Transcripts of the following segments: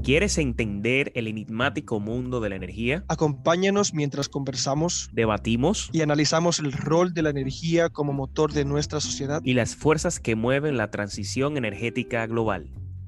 ¿Quieres entender el enigmático mundo de la energía? Acompáñanos mientras conversamos, Debatimos y analizamos el rol de la energía como motor de nuestra sociedad y las fuerzas que mueven la transición energética global.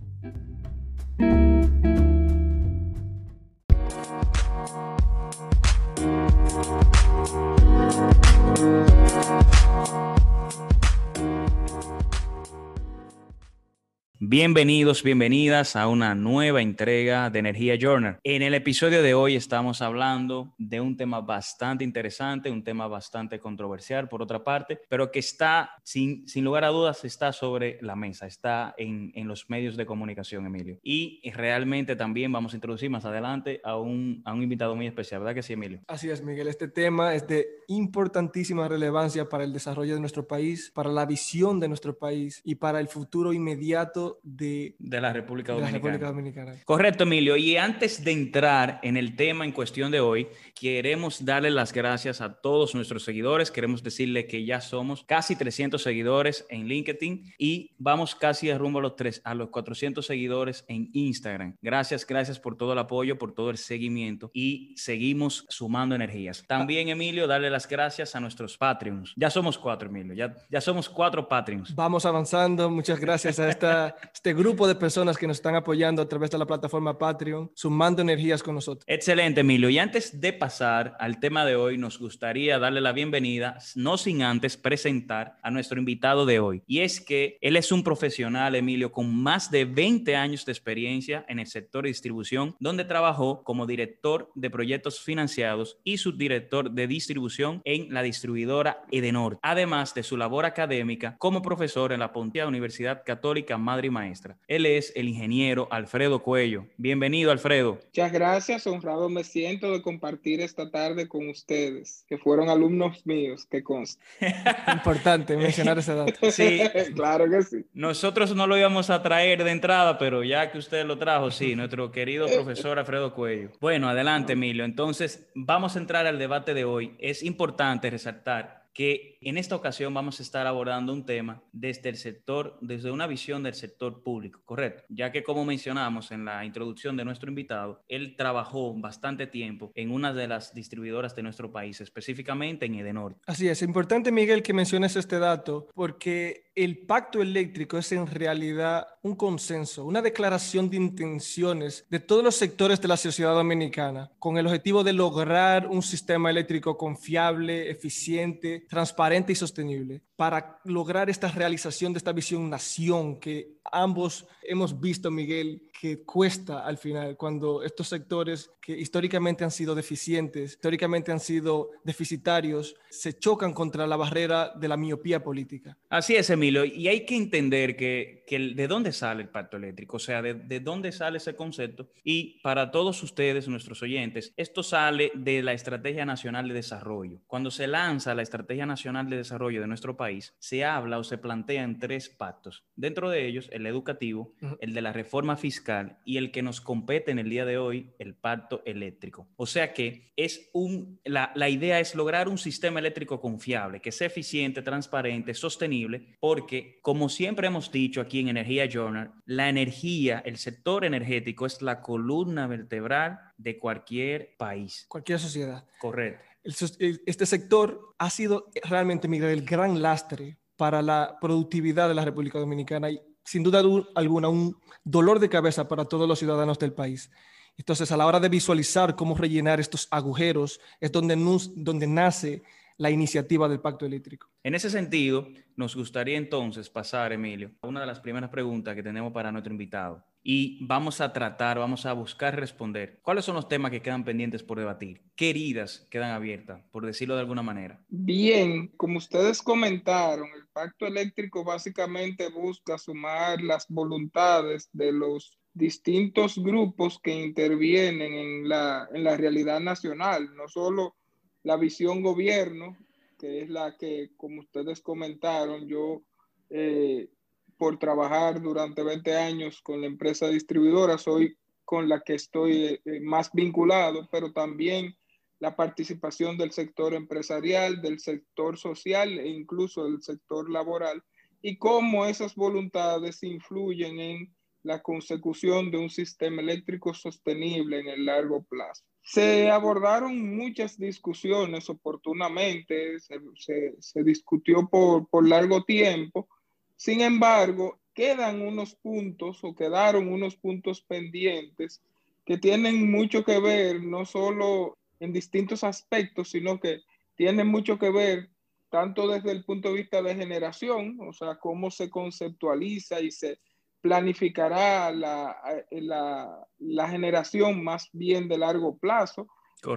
Bienvenidos, bienvenidas a una nueva entrega de Energía Journal. En el episodio de hoy estamos hablando de un tema bastante interesante, un tema bastante controversial por otra parte, pero que está, sin lugar a dudas, está sobre la mesa, está en los medios de comunicación, Emilio. Y realmente también vamos a introducir más adelante a un invitado muy especial, ¿verdad que sí, Emilio? Así es, Miguel. Este tema es de importantísima relevancia para el desarrollo de nuestro país, para la visión de nuestro país y para el futuro inmediato de la República la Dominicana. República Dominicana. Correcto, Emilio. Y antes de entrar en el tema en cuestión de hoy, queremos darle las gracias a todos nuestros seguidores. Queremos decirle que ya somos casi 300 seguidores en LinkedIn y vamos casi a rumbo a los 400 seguidores en Instagram. Gracias por todo el apoyo, por todo el seguimiento y seguimos sumando energías. También, Emilio, darle las gracias a nuestros Patreons. Ya somos 4, Emilio. Ya somos 4 Patreons. Vamos avanzando. Muchas gracias a este grupo de personas que nos están apoyando a través de la plataforma Patreon, sumando energías con nosotros. Excelente, Emilio. Y antes de pasar al tema de hoy, nos gustaría darle la bienvenida, no sin antes presentar a nuestro invitado de hoy. Y es que él es un profesional, Emilio, con más de 20 años de experiencia en el sector de distribución, donde trabajó como director de proyectos financiados y subdirector de distribución en la distribuidora Edenor, además de su labor académica como profesor en la Pontificia Universidad Católica Madre y Maestra. Él es el ingeniero Alfredo Cuello. Bienvenido, Alfredo. Muchas gracias, honrado me siento de compartir esta tarde con ustedes, que fueron alumnos míos, que consta. Importante mencionar ese dato. Sí, claro que sí. Nosotros no lo íbamos a traer de entrada, pero ya que usted lo trajo, sí, nuestro querido profesor Alfredo Cuello. Bueno, adelante, Emilio. Entonces, vamos a entrar al debate de hoy. Es importante resaltar que en esta ocasión vamos a estar abordando un tema desde una visión del sector público, ¿correcto? Ya que, como mencionamos en la introducción de nuestro invitado, él trabajó bastante tiempo en una de las distribuidoras de nuestro país, específicamente en Edenor. Así es importante, Miguel, que menciones este dato, porque el pacto eléctrico es en realidad un consenso, una declaración de intenciones de todos los sectores de la sociedad dominicana, con el objetivo de lograr un sistema eléctrico confiable, eficiente, transparente y sostenible, para lograr esta realización de esta visión nación que ambos hemos visto, Miguel, que cuesta al final cuando estos sectores que históricamente han sido deficientes, históricamente han sido deficitarios, se chocan contra la barrera de la miopía política. Así es, Emilio, y hay que entender que de dónde sale el pacto eléctrico, o sea, de dónde sale ese concepto. Y para todos ustedes, nuestros oyentes, esto sale de la Estrategia Nacional de Desarrollo. Cuando se lanza la Estrategia Nacional de Desarrollo de nuestro país, se habla o se plantean 3 pactos. Dentro de ellos, el educativo, el de la reforma fiscal y el que nos compete en el día de hoy, el pacto eléctrico. O sea que la idea es lograr un sistema eléctrico confiable, que sea eficiente, transparente, sostenible, porque como siempre hemos dicho aquí en Energía Journal, la energía, el sector energético es la columna vertebral de cualquier país. Cualquier sociedad. Correcto. Este sector ha sido realmente, Miguel, el gran lastre para la productividad de la República Dominicana y sin duda alguna un dolor de cabeza para todos los ciudadanos del país. Entonces, a la hora de visualizar cómo rellenar estos agujeros es donde nace la iniciativa del pacto eléctrico. En ese sentido, nos gustaría entonces pasar, Emilio, a una de las primeras preguntas que tenemos para nuestro invitado. Y vamos a buscar responder cuáles son los temas que quedan pendientes por debatir, qué heridas quedan abiertas, por decirlo de alguna manera. Bien, como ustedes comentaron, el pacto eléctrico básicamente busca sumar las voluntades de los distintos grupos que intervienen en la realidad nacional, no solo la visión gobierno, que es la que, como ustedes comentaron, yo por trabajar durante 20 años con la empresa distribuidora, soy con la que estoy más vinculado, pero también la participación del sector empresarial, del sector social e incluso del sector laboral, y cómo esas voluntades influyen en la consecución de un sistema eléctrico sostenible en el largo plazo. Se abordaron muchas discusiones oportunamente, se discutió por largo tiempo. Sin embargo, quedaron unos puntos pendientes que tienen mucho que ver, no solo en distintos aspectos, sino que tienen mucho que ver tanto desde el punto de vista de generación, o sea, cómo se conceptualiza y se planificará la generación más bien de largo plazo,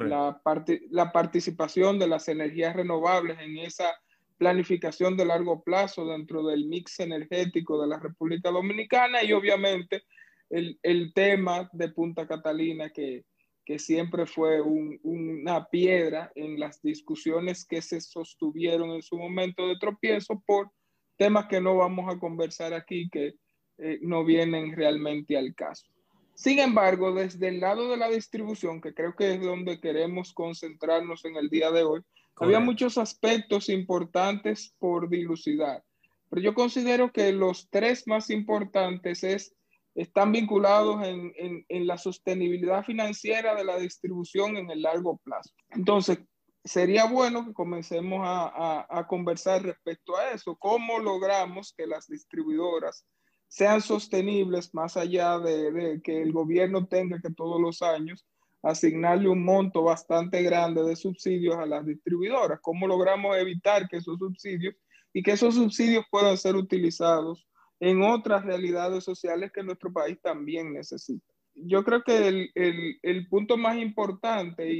la participación de las energías renovables en esa planificación de largo plazo dentro del mix energético de la República Dominicana y obviamente el tema de Punta Catalina que siempre fue una piedra en las discusiones que se sostuvieron en su momento de tropiezo por temas que no vamos a conversar aquí que no vienen realmente al caso. Sin embargo, desde el lado de la distribución, que creo que es donde queremos concentrarnos en el día de hoy, había muchos aspectos importantes por dilucidar, pero yo considero que los tres más importantes están vinculados en la sostenibilidad financiera de la distribución en el largo plazo. Entonces, sería bueno que comencemos a conversar respecto a eso. ¿Cómo logramos que las distribuidoras sean sostenibles más allá de que el gobierno tenga que todos los años asignarle un monto bastante grande de subsidios a las distribuidoras? ¿Cómo logramos evitar que esos subsidios puedan ser utilizados en otras realidades sociales que nuestro país también necesita? Yo creo que el punto más importante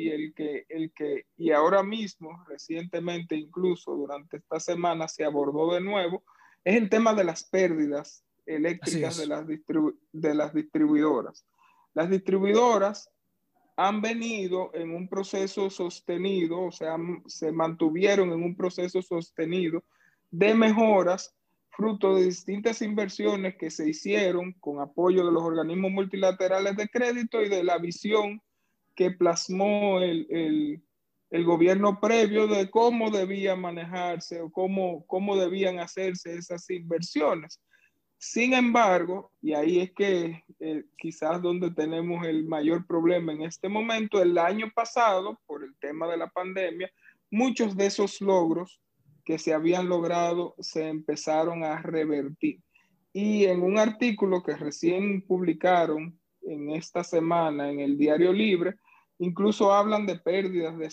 y ahora mismo, recientemente incluso durante esta semana se abordó de nuevo, es el tema de las pérdidas eléctricas de las distribuidoras. Las distribuidoras han venido en un proceso sostenido, o sea, se mantuvieron en un proceso sostenido de mejoras fruto de distintas inversiones que se hicieron con apoyo de los organismos multilaterales de crédito y de la visión que plasmó el gobierno previo de cómo debía manejarse o cómo debían hacerse esas inversiones. Sin embargo, y ahí es que quizás donde tenemos el mayor problema en este momento, el año pasado, por el tema de la pandemia, muchos de esos logros que se habían logrado se empezaron a revertir. Y en un artículo que recién publicaron en esta semana en el Diario Libre, incluso hablan de pérdidas de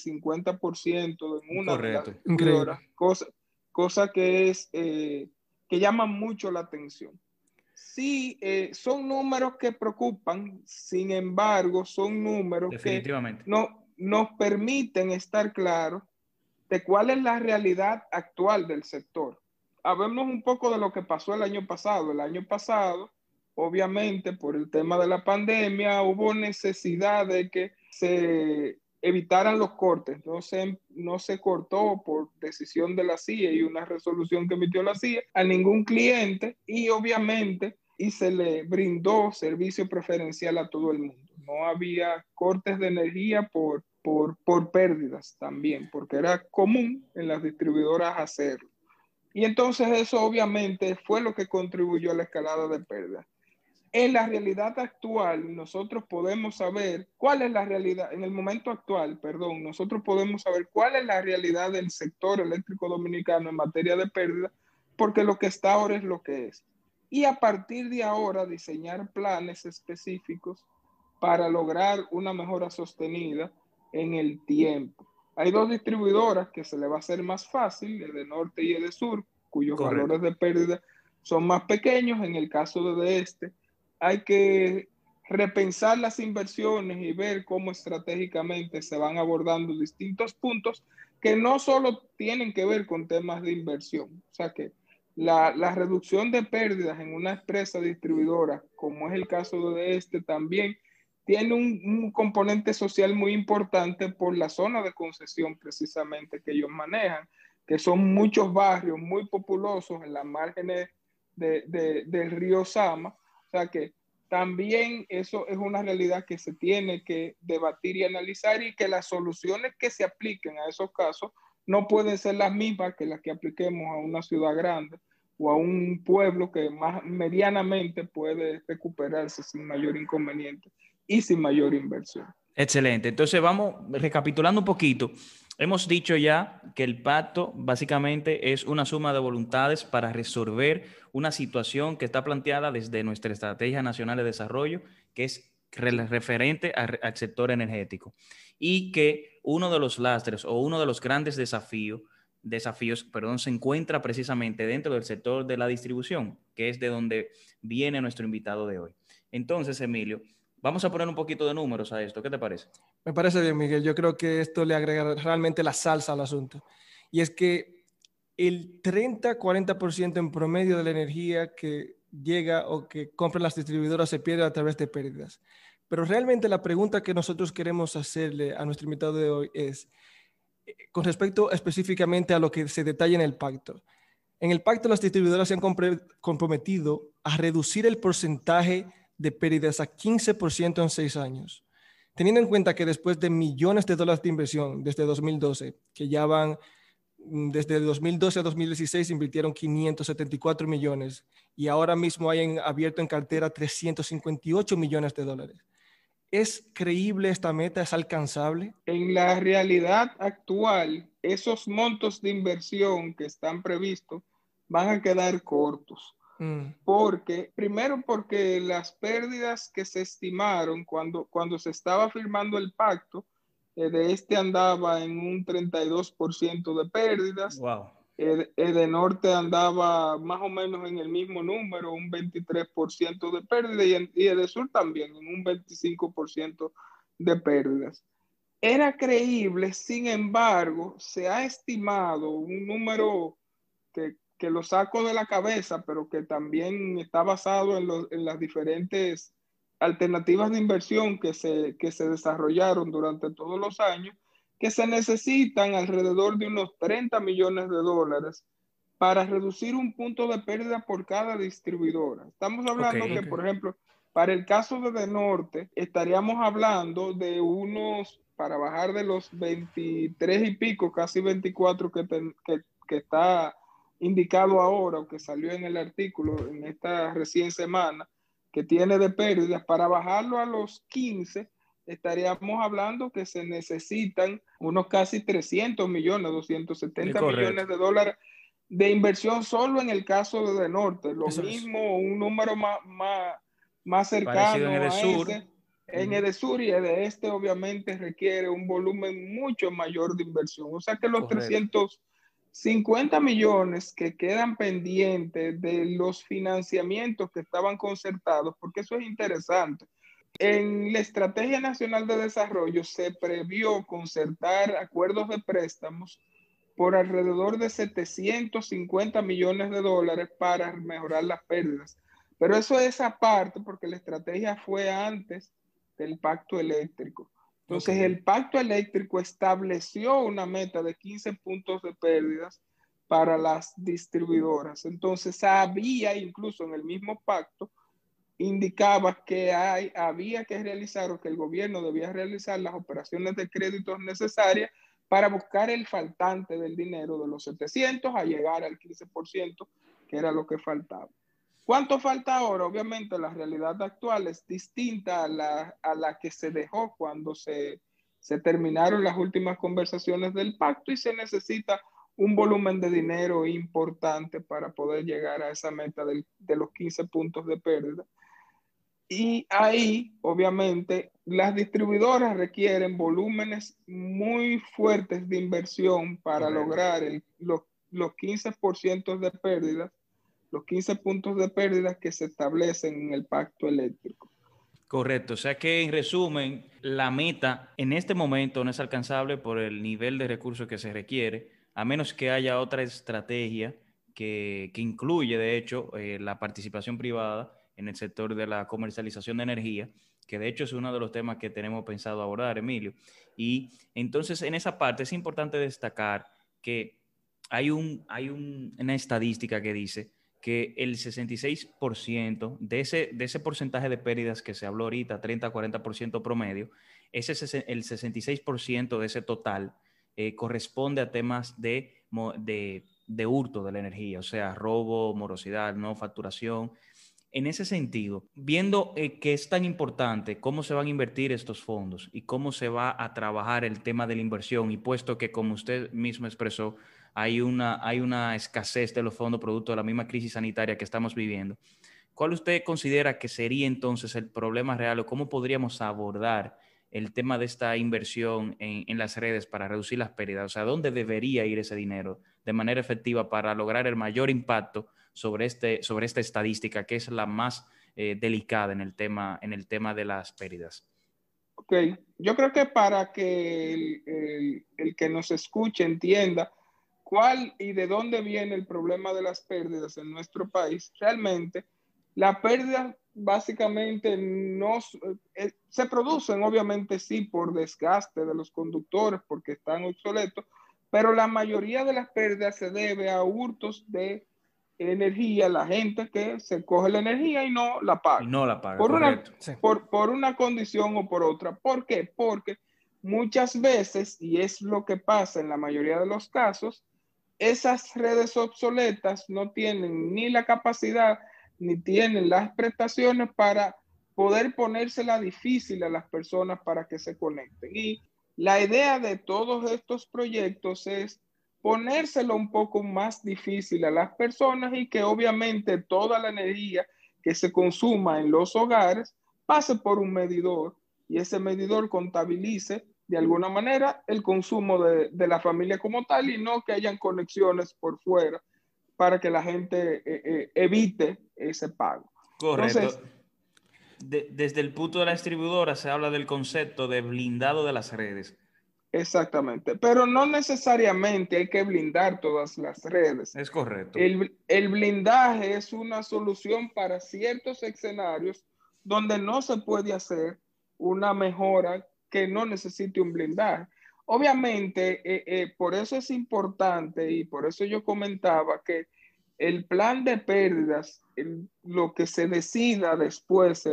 50% en una de las distribuidoras, cosa que es... que llaman mucho la atención. Sí, son números que preocupan, sin embargo, son números que nos permiten estar claros de cuál es la realidad actual del sector. Hablemos un poco de lo que pasó el año pasado. El año pasado, obviamente, por el tema de la pandemia, hubo necesidad de que se evitaran los cortes. No se cortó por decisión de la CIA y una resolución que emitió la CIA a ningún cliente y obviamente se le brindó servicio preferencial a todo el mundo. No había cortes de energía por pérdidas también, porque era común en las distribuidoras hacerlo. Y entonces eso obviamente fue lo que contribuyó a la escalada de pérdidas. En la realidad actual, nosotros podemos saber cuál es la realidad, en el momento actual, perdón, nosotros podemos saber cuál es la realidad del sector eléctrico dominicano en materia de pérdida, porque lo que está ahora es lo que es. Y a partir de ahora, diseñar planes específicos para lograr una mejora sostenida en el tiempo. Hay dos distribuidoras que se le va a hacer más fácil, el de norte y el de sur, cuyos valores de pérdida son más pequeños. En el caso de este, hay que repensar las inversiones y ver cómo estratégicamente se van abordando distintos puntos que no solo tienen que ver con temas de inversión. O sea que la reducción de pérdidas en una empresa distribuidora, como es el caso de este, también tiene un componente social muy importante por la zona de concesión precisamente que ellos manejan, que son muchos barrios muy populosos en las márgenes del río Sama. O sea que también eso es una realidad que se tiene que debatir y analizar y que las soluciones que se apliquen a esos casos no pueden ser las mismas que las que apliquemos a una ciudad grande o a un pueblo que más medianamente puede recuperarse sin mayor inconveniente y sin mayor inversión. Excelente. Entonces vamos recapitulando un poquito. Hemos dicho ya que el pacto básicamente es una suma de voluntades para resolver una situación que está planteada desde nuestra Estrategia Nacional de Desarrollo, que es referente al sector energético. Y que uno de los lastres o uno de los grandes desafíos, se encuentra precisamente dentro del sector de la distribución, que es de donde viene nuestro invitado de hoy. Entonces, Emilio, vamos a poner un poquito de números a esto. ¿Qué te parece? Me parece bien, Miguel. Yo creo que esto le agrega realmente la salsa al asunto. Y es que el 30-40% en promedio de la energía que llega o que compran las distribuidoras se pierde a través de pérdidas. Pero realmente la pregunta que nosotros queremos hacerle a nuestro invitado de hoy es, con respecto específicamente a lo que se detalla en el pacto. En el pacto las distribuidoras se han comprometido a reducir el porcentaje de pérdidas a 15% en 6 años. Teniendo en cuenta que después de millones de dólares de inversión desde 2012, que ya van desde 2012 a 2016 invirtieron 574 millones y ahora mismo hay abierto en cartera 358 millones de dólares. ¿Es creíble esta meta? ¿Es alcanzable? En la realidad actual, esos montos de inversión que están previstos van a quedar cortos. Primero porque las pérdidas que se estimaron cuando se estaba firmando el pacto, de este andaba en un 32% de pérdidas. Wow. Edenorte andaba más o menos en el mismo número, un 23% de pérdidas, y Edesur también en un 25% de pérdidas. Era creíble, sin embargo, se ha estimado un número que lo saco de la cabeza, pero que también está basado en las diferentes alternativas de inversión que se desarrollaron durante todos los años, que se necesitan alrededor de unos 30 millones de dólares para reducir un punto de pérdida por cada distribuidora. Estamos hablando que, por ejemplo, para el caso de Edenorte, estaríamos hablando de unos, para bajar de los 23 y pico, casi 24 que está indicado ahora o que salió en el artículo en esta recién semana, que tiene de pérdidas, para bajarlo a los 15, estaríamos hablando que se necesitan unos casi 300 millones, 270 millones de dólares de inversión solo en el caso de Edenorte. Lo Eso mismo, es. Un número más cercano a ese en Edesur, y Edeste obviamente requiere un volumen mucho mayor de inversión. O sea que los 350 millones que quedan pendientes de los financiamientos que estaban concertados, porque eso es interesante. En la Estrategia Nacional de Desarrollo se previó concertar acuerdos de préstamos por alrededor de 750 millones de dólares para mejorar las pérdidas. Pero eso es aparte porque la estrategia fue antes del pacto eléctrico. Entonces, el pacto eléctrico estableció una meta de 15 puntos de pérdidas para las distribuidoras. Entonces, había incluso en el mismo pacto, indicaba que había que realizar o que el gobierno debía realizar las operaciones de créditos necesarias para buscar el faltante del dinero de los 700 a llegar al 15%, que era lo que faltaba. ¿Cuánto falta ahora? Obviamente la realidad actual es distinta a la que se dejó cuando se terminaron las últimas conversaciones del pacto, y se necesita un volumen de dinero importante para poder llegar a esa meta de los 15 puntos de pérdida. Y ahí, obviamente, las distribuidoras requieren volúmenes muy fuertes de inversión para lograr los 15% de pérdidas, los 15 puntos de pérdidas que se establecen en el pacto eléctrico. Correcto, o sea que en resumen, la meta en este momento no es alcanzable por el nivel de recursos que se requiere, a menos que haya otra estrategia que incluye, de hecho, la participación privada en el sector de la comercialización de energía, que de hecho es uno de los temas que tenemos pensado abordar, Emilio. Y entonces en esa parte es importante destacar que hay una estadística que dice que el 66% de ese porcentaje de pérdidas que se habló ahorita, 30-40% promedio, el 66% de ese total corresponde a temas de de hurto de la energía, o sea, robo, morosidad, no facturación. En ese sentido, viendo que es tan importante cómo se van a invertir estos fondos y cómo se va a trabajar el tema de la inversión, y puesto que, como usted mismo expresó, hay una escasez de los fondos producto de la misma crisis sanitaria que estamos viviendo, ¿cuál usted considera que sería entonces el problema real o cómo podríamos abordar el tema de esta inversión en las redes para reducir las pérdidas? O sea, ¿dónde debería ir ese dinero de manera efectiva para lograr el mayor impacto sobre esta estadística que es la más delicada en el tema de las pérdidas? Ok, yo creo que para que el que nos escuche entienda cuál y de dónde viene el problema de las pérdidas en nuestro país, realmente las pérdidas básicamente no se producen, obviamente sí, por desgaste de los conductores porque están obsoletos, pero la mayoría de las pérdidas se debe a hurtos de energía, la gente que se coge la energía y no la Y paga. no la paga, Por una, correcto. Sí. por una condición o por otra. ¿Por qué? Porque muchas veces, y es lo que pasa en la mayoría de los casos, esas redes obsoletas no tienen ni la capacidad ni tienen las prestaciones para poder ponérsela difícil a las personas para que se conecten. Y la idea de todos estos proyectos es ponérselo un poco más difícil a las personas y que obviamente toda la energía que se consuma en los hogares pase por un medidor y ese medidor contabilice de alguna manera el consumo de la familia como tal y no que hayan conexiones por fuera para que la gente evite ese pago. Correcto. Entonces, Desde el punto de la distribuidora se habla del concepto de blindado de las redes. exactamente, pero no necesariamente hay que blindar todas las redes. Es correcto. El blindaje es una solución para ciertos escenarios donde no se puede hacer una mejora que no necesite un blindaje. Obviamente, por eso es importante y por eso yo comentaba que el plan de pérdidas, lo que se decida después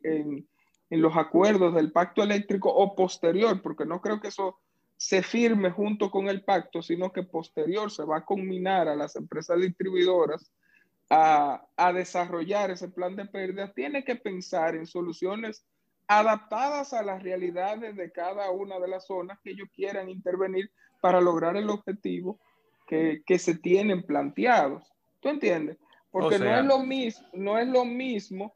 en los acuerdos del pacto eléctrico o posterior, porque no creo que eso se firme junto con el pacto, sino que posterior se va a combinar a las empresas distribuidoras a desarrollar ese plan de pérdidas, tiene que pensar en soluciones adaptadas a las realidades de cada una de las zonas que ellos quieran intervenir para lograr el objetivo que se tienen planteados. ¿Tú entiendes? O Porque sea, no es lo mismo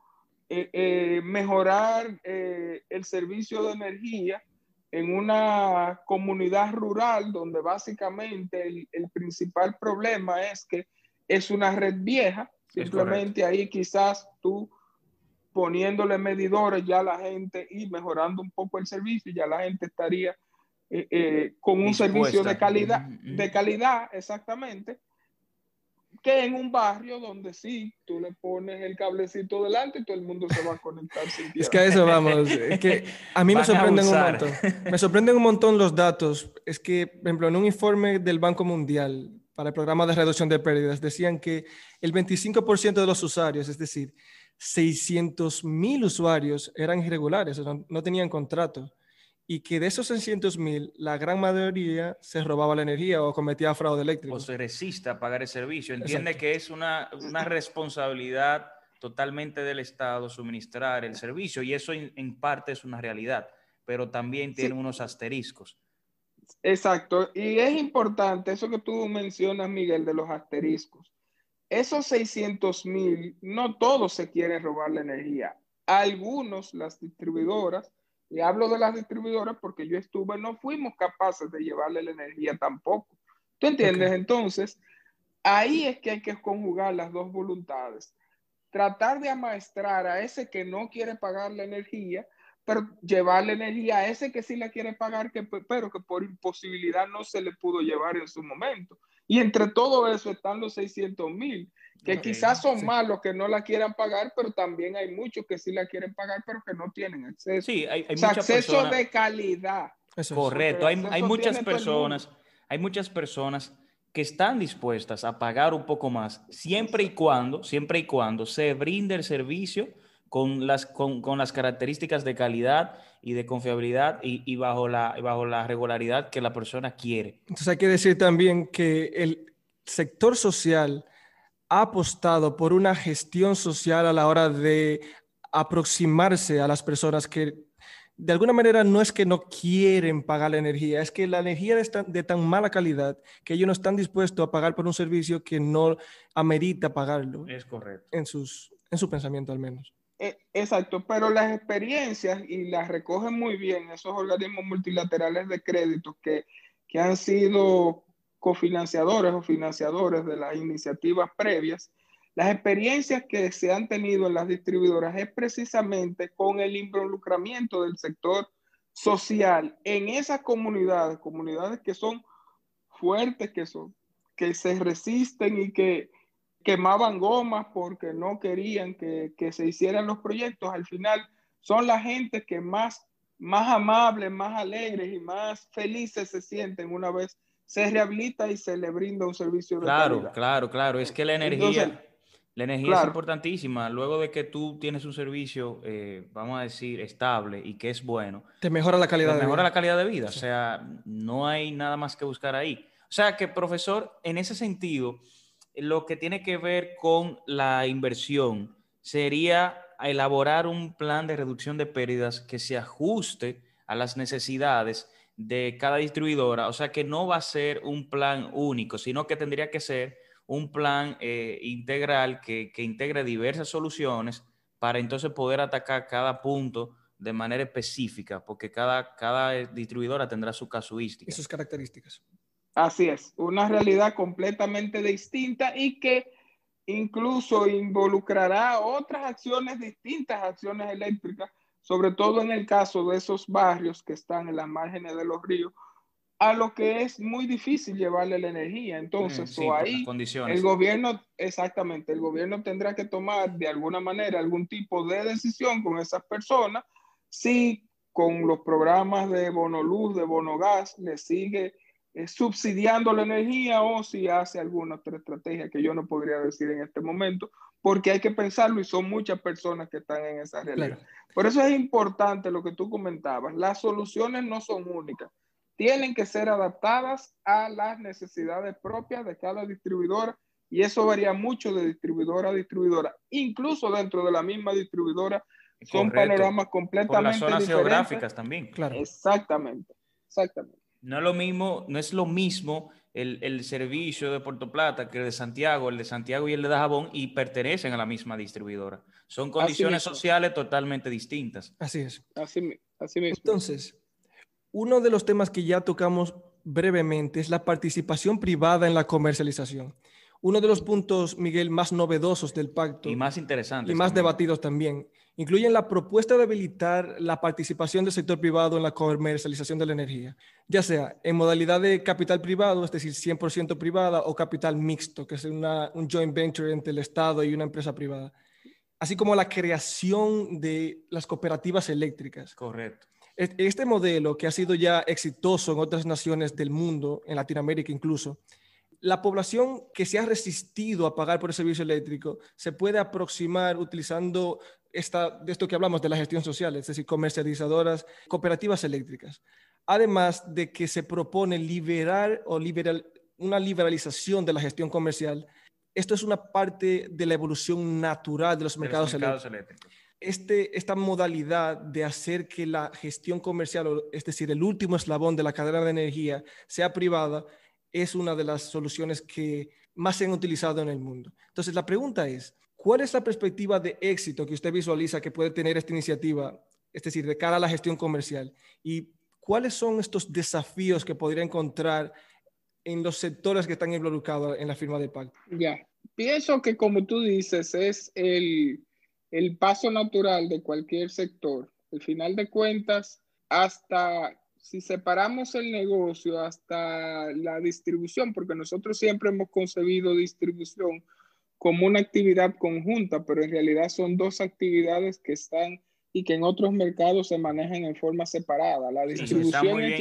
mejorar el servicio de energía en una comunidad rural donde básicamente el principal problema es que es una red vieja, es correcto. simplemente ahí quizás tú poniéndole medidores ya la gente y mejorando un poco el servicio, ya la gente estaría con un servicio Dispuesta. de calidad exactamente, que en un barrio donde sí, tú le pones el cablecito delante y todo el mundo se va a conectar sin Es piedad. que a eso vamos. Es que a mí me Van a sorprenden un abusar. montón. Me sorprenden un montón los datos. Es que, por ejemplo, en un informe del Banco Mundial para el programa de reducción de pérdidas, decían que el 25% de los usuarios, es decir, 600.000 usuarios, eran irregulares, o sea, no tenían contrato. Y que de esos 600.000, la gran mayoría se robaba la energía o cometía fraude O eléctrico. se resiste a pagar el servicio. Entiende Exacto. que es una responsabilidad totalmente del Estado suministrar el servicio y eso en parte es una realidad, pero también tiene Sí, unos asteriscos. exacto. Y es importante eso que tú mencionas, Miguel, de los asteriscos. Esos 600.000, no todos se quieren robar la energía. Algunos, las distribuidoras, y hablo de las distribuidoras porque yo estuve, no fuimos capaces de llevarle la energía tampoco. ¿Tú entiendes? Ok. Entonces, ahí es que hay que conjugar las dos voluntades. Tratar de amaestrar a ese que no quiere pagar la energía, pero llevarle energía a ese que sí la quiere pagar, pero que por imposibilidad no se le pudo llevar en su momento. Y entre todo eso están los 600.000, que Ok. quizás son Sí, más los que no la quieran pagar, pero también hay muchos que sí la quieren pagar, pero que no tienen acceso. Sí, O hay sea, muchas acceso personas. de calidad, eso es. porque Correcto, acceso tiene todo el mundo. hay muchas personas que están dispuestas a pagar un poco más siempre y cuando se brinde el servicio con las características de calidad y de confiabilidad y bajo la regularidad que la persona quiere. Entonces hay que decir también que sector social ha apostado por una gestión social a la hora de aproximarse a las personas que de alguna manera no es que no quieren pagar la energía, es que la energía es de tan mala calidad que ellos no están dispuestos a pagar por un servicio que no amerita pagarlo. Es correcto. En su pensamiento al menos. Exacto, pero las experiencias, y las recogen muy bien esos organismos multilaterales de crédito que han sido cofinanciadores o financiadores de las iniciativas previas, las experiencias que se han tenido en las distribuidoras es precisamente con el involucramiento del sector social en esas comunidades que son fuertes, que se resisten y que quemaban gomas porque no querían que se hicieran los proyectos. Al final son la gente que más amables, más alegres y más felices se sienten una vez se rehabilita y se le brinda un servicio de calidad. Claro. Es que la Entonces, energía es claro, importantísima. Luego de que tú tienes un servicio, vamos a decir, estable y que es bueno, Te mejora la te calidad de mejora vida. la calidad de vida. Sí. O sea, no hay nada más que buscar ahí. O sea que, profesor, en ese sentido, lo que tiene que ver con la inversión sería elaborar un plan de reducción de pérdidas que se ajuste a las necesidades de cada distribuidora. O sea que no va a ser un plan único, sino que tendría que ser un plan integral que integre diversas soluciones para entonces poder atacar cada punto de manera específica, porque cada distribuidora tendrá su Y casuística. sus características. así es, una realidad completamente distinta y que incluso involucrará otras acciones distintas, acciones eléctricas, sobre todo en el caso de esos barrios que están en las márgenes de los ríos, a lo que es muy difícil llevarle la energía. Entonces, Sí, o por las ahí el condiciones. gobierno, exactamente, el gobierno tendrá que tomar de alguna manera algún tipo de decisión con esas personas, si con los programas de bono luz, de bono gas, le sigue subsidiando la energía o si hace alguna otra estrategia que yo no podría decir en este momento, porque hay que pensarlo y son muchas personas que están en esa realidad. Claro. Por eso es importante lo que tú comentabas, las soluciones no son únicas, tienen que ser adaptadas a las necesidades propias de cada distribuidora y eso varía mucho de distribuidora a distribuidora. Incluso dentro de la misma distribuidora son Correcto. panoramas Por las completamente zonas diferentes. geográficas también. Claro. Exactamente. No es lo mismo el servicio de Puerto Plata que el de Santiago y el de Dajabón y pertenecen a la misma distribuidora. Son condiciones sociales totalmente distintas. Así es. Así mismo. Entonces, uno de los temas que ya tocamos brevemente es la participación privada en la comercialización. Uno de los puntos, Miguel, más novedosos del pacto Y más interesantes y más también. debatidos también, incluyen la propuesta de habilitar la participación del sector privado en la comercialización de la energía, ya sea en modalidad de capital privado, es decir, 100% privada, o capital mixto, que es un joint venture entre el Estado y una empresa privada, así como la creación de las cooperativas eléctricas. Correcto. Este modelo, que ha sido ya exitoso en otras naciones del mundo, en Latinoamérica incluso, la población que se ha resistido a pagar por el servicio eléctrico se puede aproximar utilizando de esto que hablamos de la gestión social, es decir, comercializadoras, cooperativas eléctricas. Además de que se propone una liberalización de la gestión comercial. Esto es una parte de la evolución natural de los mercados eléctricos. Esta modalidad de hacer que la gestión comercial, es decir, el último eslabón de la cadena de energía, sea privada, es una de las soluciones que más se han utilizado en el mundo. Entonces, la pregunta es, ¿cuál es la perspectiva de éxito que usted visualiza que puede tener esta iniciativa, es decir, de cara a la gestión comercial? ¿Y cuáles son estos desafíos que podría encontrar en los sectores que están involucrados en la firma del pacto? Ya, pienso que como tú dices, es el paso natural de cualquier sector. Al final de cuentas, hasta si separamos el negocio, hasta la distribución, porque nosotros siempre hemos concebido distribución como una actividad conjunta, pero en realidad son dos actividades que están y que en otros mercados se manejan en forma separada. La distribución es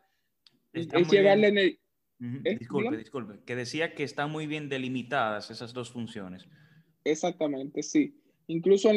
llevarle Disculpe, que decía que están muy bien delimitadas esas dos funciones. Exactamente, sí. Incluso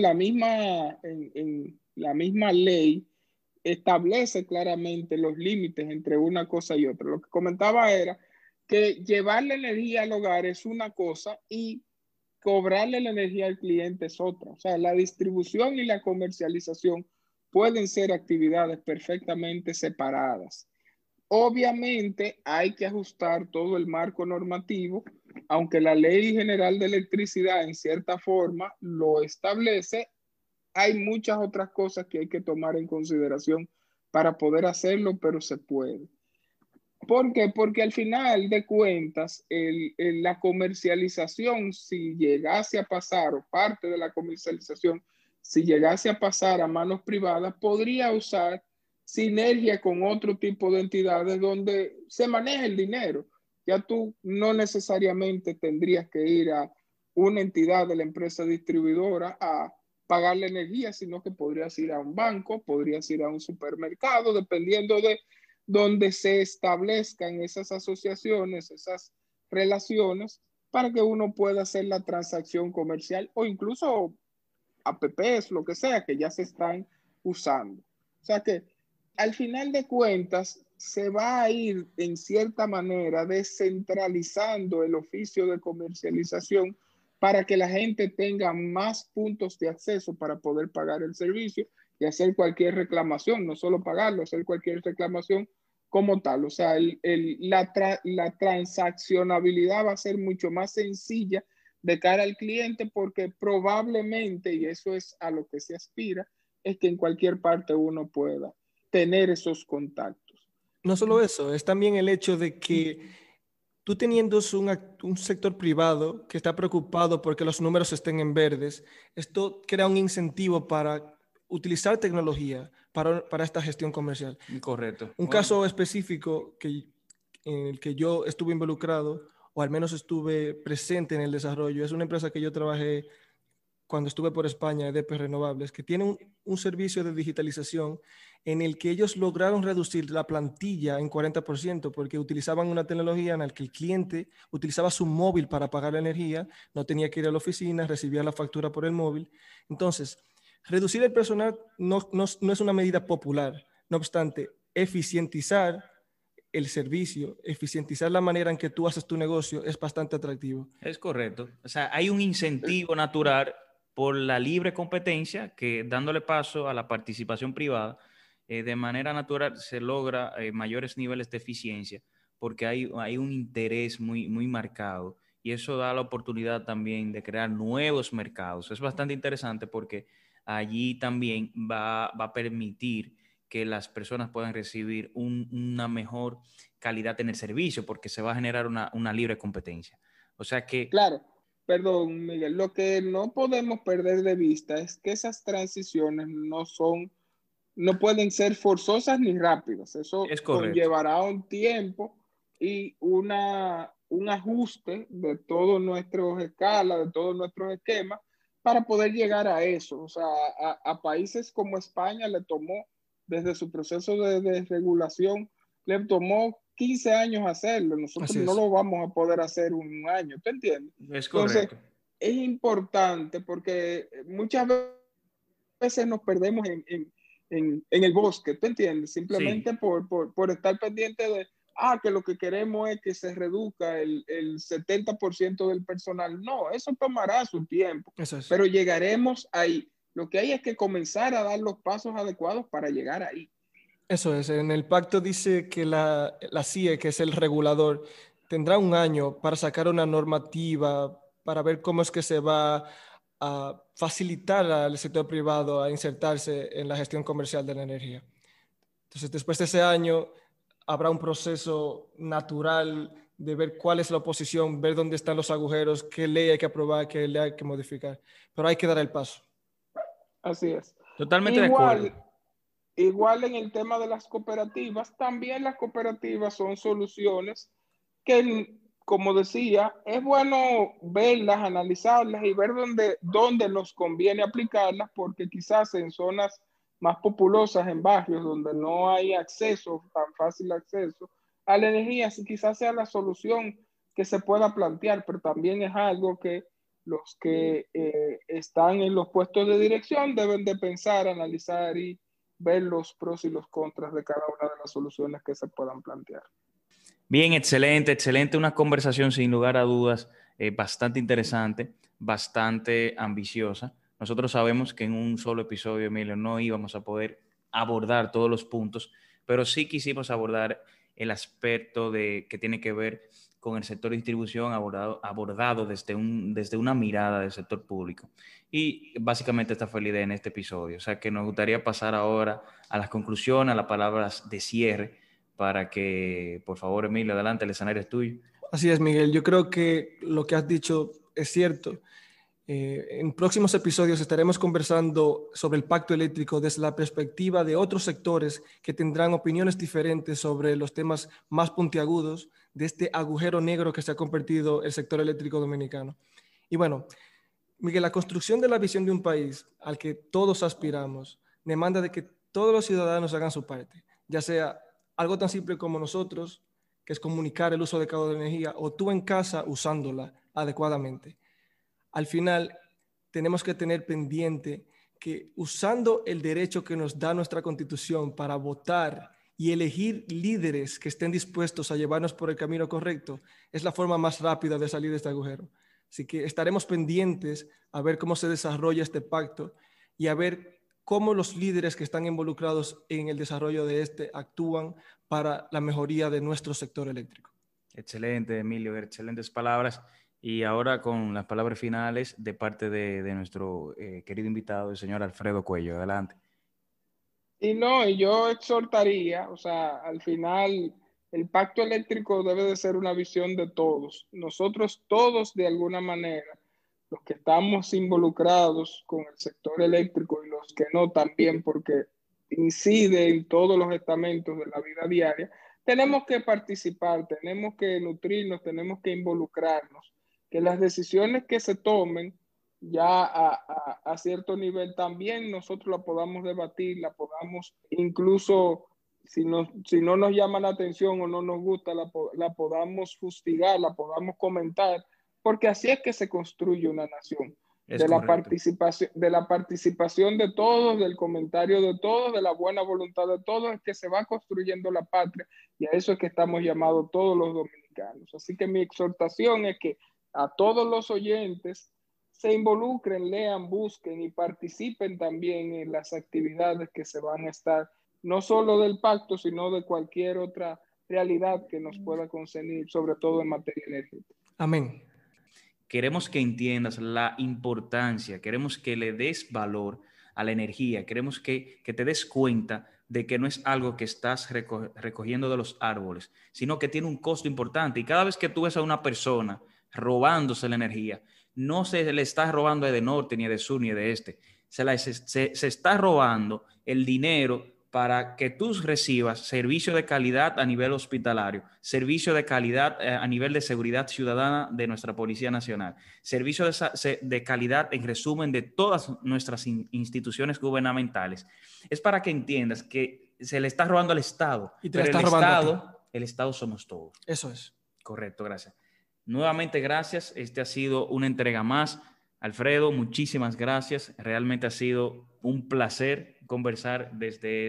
en la misma ley establece claramente los límites entre una cosa y otra. Lo que comentaba era que llevar la energía al hogar es una cosa y cobrarle la energía al cliente es otra. O sea, la distribución y la comercialización pueden ser actividades perfectamente separadas. Obviamente hay que ajustar todo el marco normativo, aunque la Ley General de Electricidad en cierta forma lo establece, hay muchas otras cosas que hay que tomar en consideración para poder hacerlo, pero se puede. ¿Por qué? Porque al final de cuentas, la comercialización, si llegase a pasar, o parte de la comercialización, si llegase a pasar a manos privadas, podría usar sinergia con otro tipo de entidades donde se maneja el dinero. Ya tú no necesariamente tendrías que ir a una entidad de la empresa distribuidora a pagar la energía, sino que podrías ir a un banco, podrías ir a un supermercado, dependiendo de donde se establezcan esas asociaciones, esas relaciones, para que uno pueda hacer la transacción comercial o incluso apps, lo que sea, que ya se están usando. O sea que al final de cuentas se va a ir en cierta manera descentralizando el oficio de comercialización para que la gente tenga más puntos de acceso para poder pagar el servicio y hacer cualquier reclamación, no solo pagarlo, hacer cualquier reclamación como tal. O sea, la transaccionabilidad va a ser mucho más sencilla de cara al cliente porque probablemente, y eso es a lo que se aspira, es que en cualquier parte uno pueda tener esos contactos. No solo eso, es también el hecho de que tú teniendo un sector privado que está preocupado porque los números estén en verdes, esto crea un incentivo para utilizar tecnología para esta gestión comercial. Correcto. Un caso específico en el que yo estuve involucrado, o al menos estuve presente en el desarrollo, es una empresa que yo trabajé cuando estuve por España, EDP Renovables, que tiene un servicio de digitalización en el que ellos lograron reducir la plantilla en 40% porque utilizaban una tecnología en la que el cliente utilizaba su móvil para pagar la energía, no tenía que ir a la oficina, recibía la factura por el móvil. Entonces, reducir el personal no es una medida popular. No obstante, eficientizar el servicio, eficientizar la manera en que tú haces tu negocio es bastante atractivo. Es correcto. O sea, hay un incentivo natural por la libre competencia que dándole paso a la participación privada, de manera natural se logra mayores niveles de eficiencia porque hay un interés muy marcado y eso da la oportunidad también de crear nuevos mercados. Es bastante interesante porque allí también va a permitir que las personas puedan recibir una mejor calidad en el servicio porque se va a generar una libre competencia. O sea que... Claro, perdón, Miguel, lo que no podemos perder de vista es que esas transiciones no pueden ser forzosas ni rápidas. Eso Es correcto. conllevará un tiempo y un ajuste de todos nuestros escalas, de todos nuestros esquemas, para poder llegar a eso. O sea, a países como España le tomó, desde su proceso de regulación, le tomó 15 años hacerlo. Nosotros Así no es. lo vamos a poder hacer en un año, ¿te entiendes? Es Entonces, correcto. es importante porque muchas veces nos perdemos en el bosque, ¿te entiendes? Simplemente Sí, por estar pendiente de, que lo que queremos es que se reduzca el 70% del personal. No, eso tomará su tiempo, Eso es. pero llegaremos ahí. Lo que hay es que comenzar a dar los pasos adecuados para llegar ahí. Eso es, en el pacto dice que la CIE, que es el regulador, tendrá un año para sacar una normativa, para ver cómo es que se va a facilitar al sector privado a insertarse en la gestión comercial de la energía. Entonces, después de ese año, habrá un proceso natural de ver cuál es la oposición, ver dónde están los agujeros, qué ley hay que aprobar, qué ley hay que modificar. Pero hay que dar el paso. Así es. totalmente de acuerdo. Igual, igual en el tema de las cooperativas, también las cooperativas son soluciones que, como decía, es bueno verlas, analizarlas y ver dónde nos conviene aplicarlas, porque quizás en zonas más populosas, en barrios donde no hay acceso, tan fácil acceso a la energía, quizás sea la solución que se pueda plantear, pero también es algo que los que están en los puestos de dirección deben de pensar, analizar y ver los pros y los contras de cada una de las soluciones que se puedan plantear. Bien, excelente, excelente. Una conversación sin lugar a dudas bastante interesante, bastante ambiciosa. Nosotros sabemos que en un solo episodio, Emilio, no íbamos a poder abordar todos los puntos, pero sí quisimos abordar el aspecto que tiene que ver con el sector de distribución abordado desde una mirada del sector público. Y básicamente esta fue la idea en este episodio. O sea que nos gustaría pasar ahora a las conclusiones, a las palabras de cierre, para que, por favor, Emilio, adelante, el escenario es tuyo. Así es, Miguel. Yo creo que lo que has dicho es cierto. En próximos episodios estaremos conversando sobre el pacto eléctrico desde la perspectiva de otros sectores que tendrán opiniones diferentes sobre los temas más puntiagudos de este agujero negro que se ha convertido el sector eléctrico dominicano. Y bueno, Miguel, la construcción de la visión de un país al que todos aspiramos demanda de que todos los ciudadanos hagan su parte, ya sea algo tan simple como nosotros, que es comunicar el uso adecuado de la energía, o tú en casa usándola adecuadamente. Al final, tenemos que tener pendiente que usando el derecho que nos da nuestra Constitución para votar y elegir líderes que estén dispuestos a llevarnos por el camino correcto, es la forma más rápida de salir de este agujero. Así que estaremos pendientes a ver cómo se desarrolla este pacto y a ver cómo los líderes que están involucrados en el desarrollo de este actúan para la mejoría de nuestro sector eléctrico. Excelente, Emilio, excelentes palabras. Y ahora con las palabras finales de parte de nuestro querido invitado, el señor Alfredo Cuello. Adelante. Y no, y yo exhortaría, o sea, al final el pacto eléctrico debe de ser una visión de todos. Nosotros todos, de alguna manera, los que estamos involucrados con el sector eléctrico y los que no también, porque incide en todos los estamentos de la vida diaria, tenemos que participar, tenemos que nutrirnos, tenemos que involucrarnos, que las decisiones que se tomen ya a cierto nivel también nosotros la podamos debatir, la podamos incluso, si no nos llama la atención o no nos gusta, la podamos fustigar, la podamos comentar, porque así es que se construye una nación. De la participación de todos, del comentario de todos, de la buena voluntad de todos, es que se va construyendo la patria, y a eso es que estamos llamados todos los dominicanos. Así que mi exhortación es que a todos los oyentes se involucren, lean, busquen y participen también en las actividades que se van a estar, no solo del pacto, sino de cualquier otra realidad que nos pueda concernir, sobre todo en materia energética. Amén. Queremos que entiendas la importancia, queremos que le des valor a la energía, queremos que te des cuenta de que no es algo que estás recogiendo de los árboles, sino que tiene un costo importante. Y cada vez que tú ves a una persona robándose la energía, no se le está robando de norte, ni de sur, ni de este. Se está robando el dinero para que tú recibas servicio de calidad a nivel hospitalario, servicio de calidad a nivel de seguridad ciudadana de nuestra Policía Nacional, servicio de calidad, en resumen, de todas nuestras instituciones gubernamentales. Es para que entiendas que se le está robando al Estado, y pero el Estado somos todos. Eso es. Correcto, gracias. Nuevamente, gracias. Este ha sido una entrega más. Alfredo, muchísimas gracias. Realmente ha sido un placer conversar desde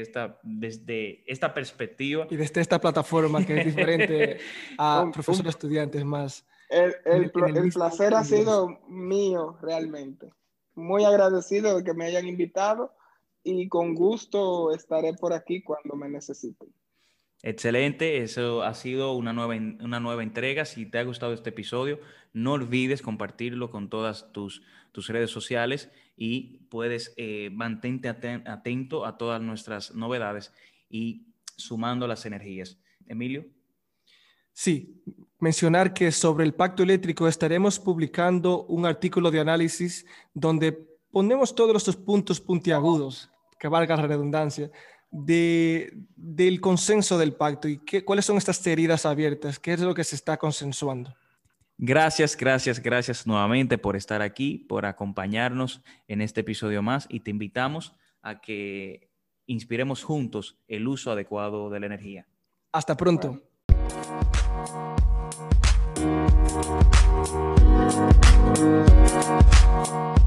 esta perspectiva. Y desde esta plataforma que es diferente a profesores, estudiantes más. El placer ha sido mío, realmente. Muy agradecido de que me hayan invitado y con gusto estaré por aquí cuando me necesiten. Excelente, eso ha sido una nueva entrega. Si te ha gustado este episodio, no olvides compartirlo con todas tus redes sociales y puedes mantente atento a todas nuestras novedades y sumando las energías. Emilio. Sí, mencionar que sobre el pacto eléctrico estaremos publicando un artículo de análisis donde ponemos todos estos puntos puntiagudos, que valga la redundancia, del consenso del pacto y cuáles son estas heridas abiertas, qué es lo que se está consensuando. Gracias nuevamente por estar aquí, por acompañarnos en este episodio más y te invitamos a que inspiremos juntos el uso adecuado de la energía. Hasta pronto. Bueno.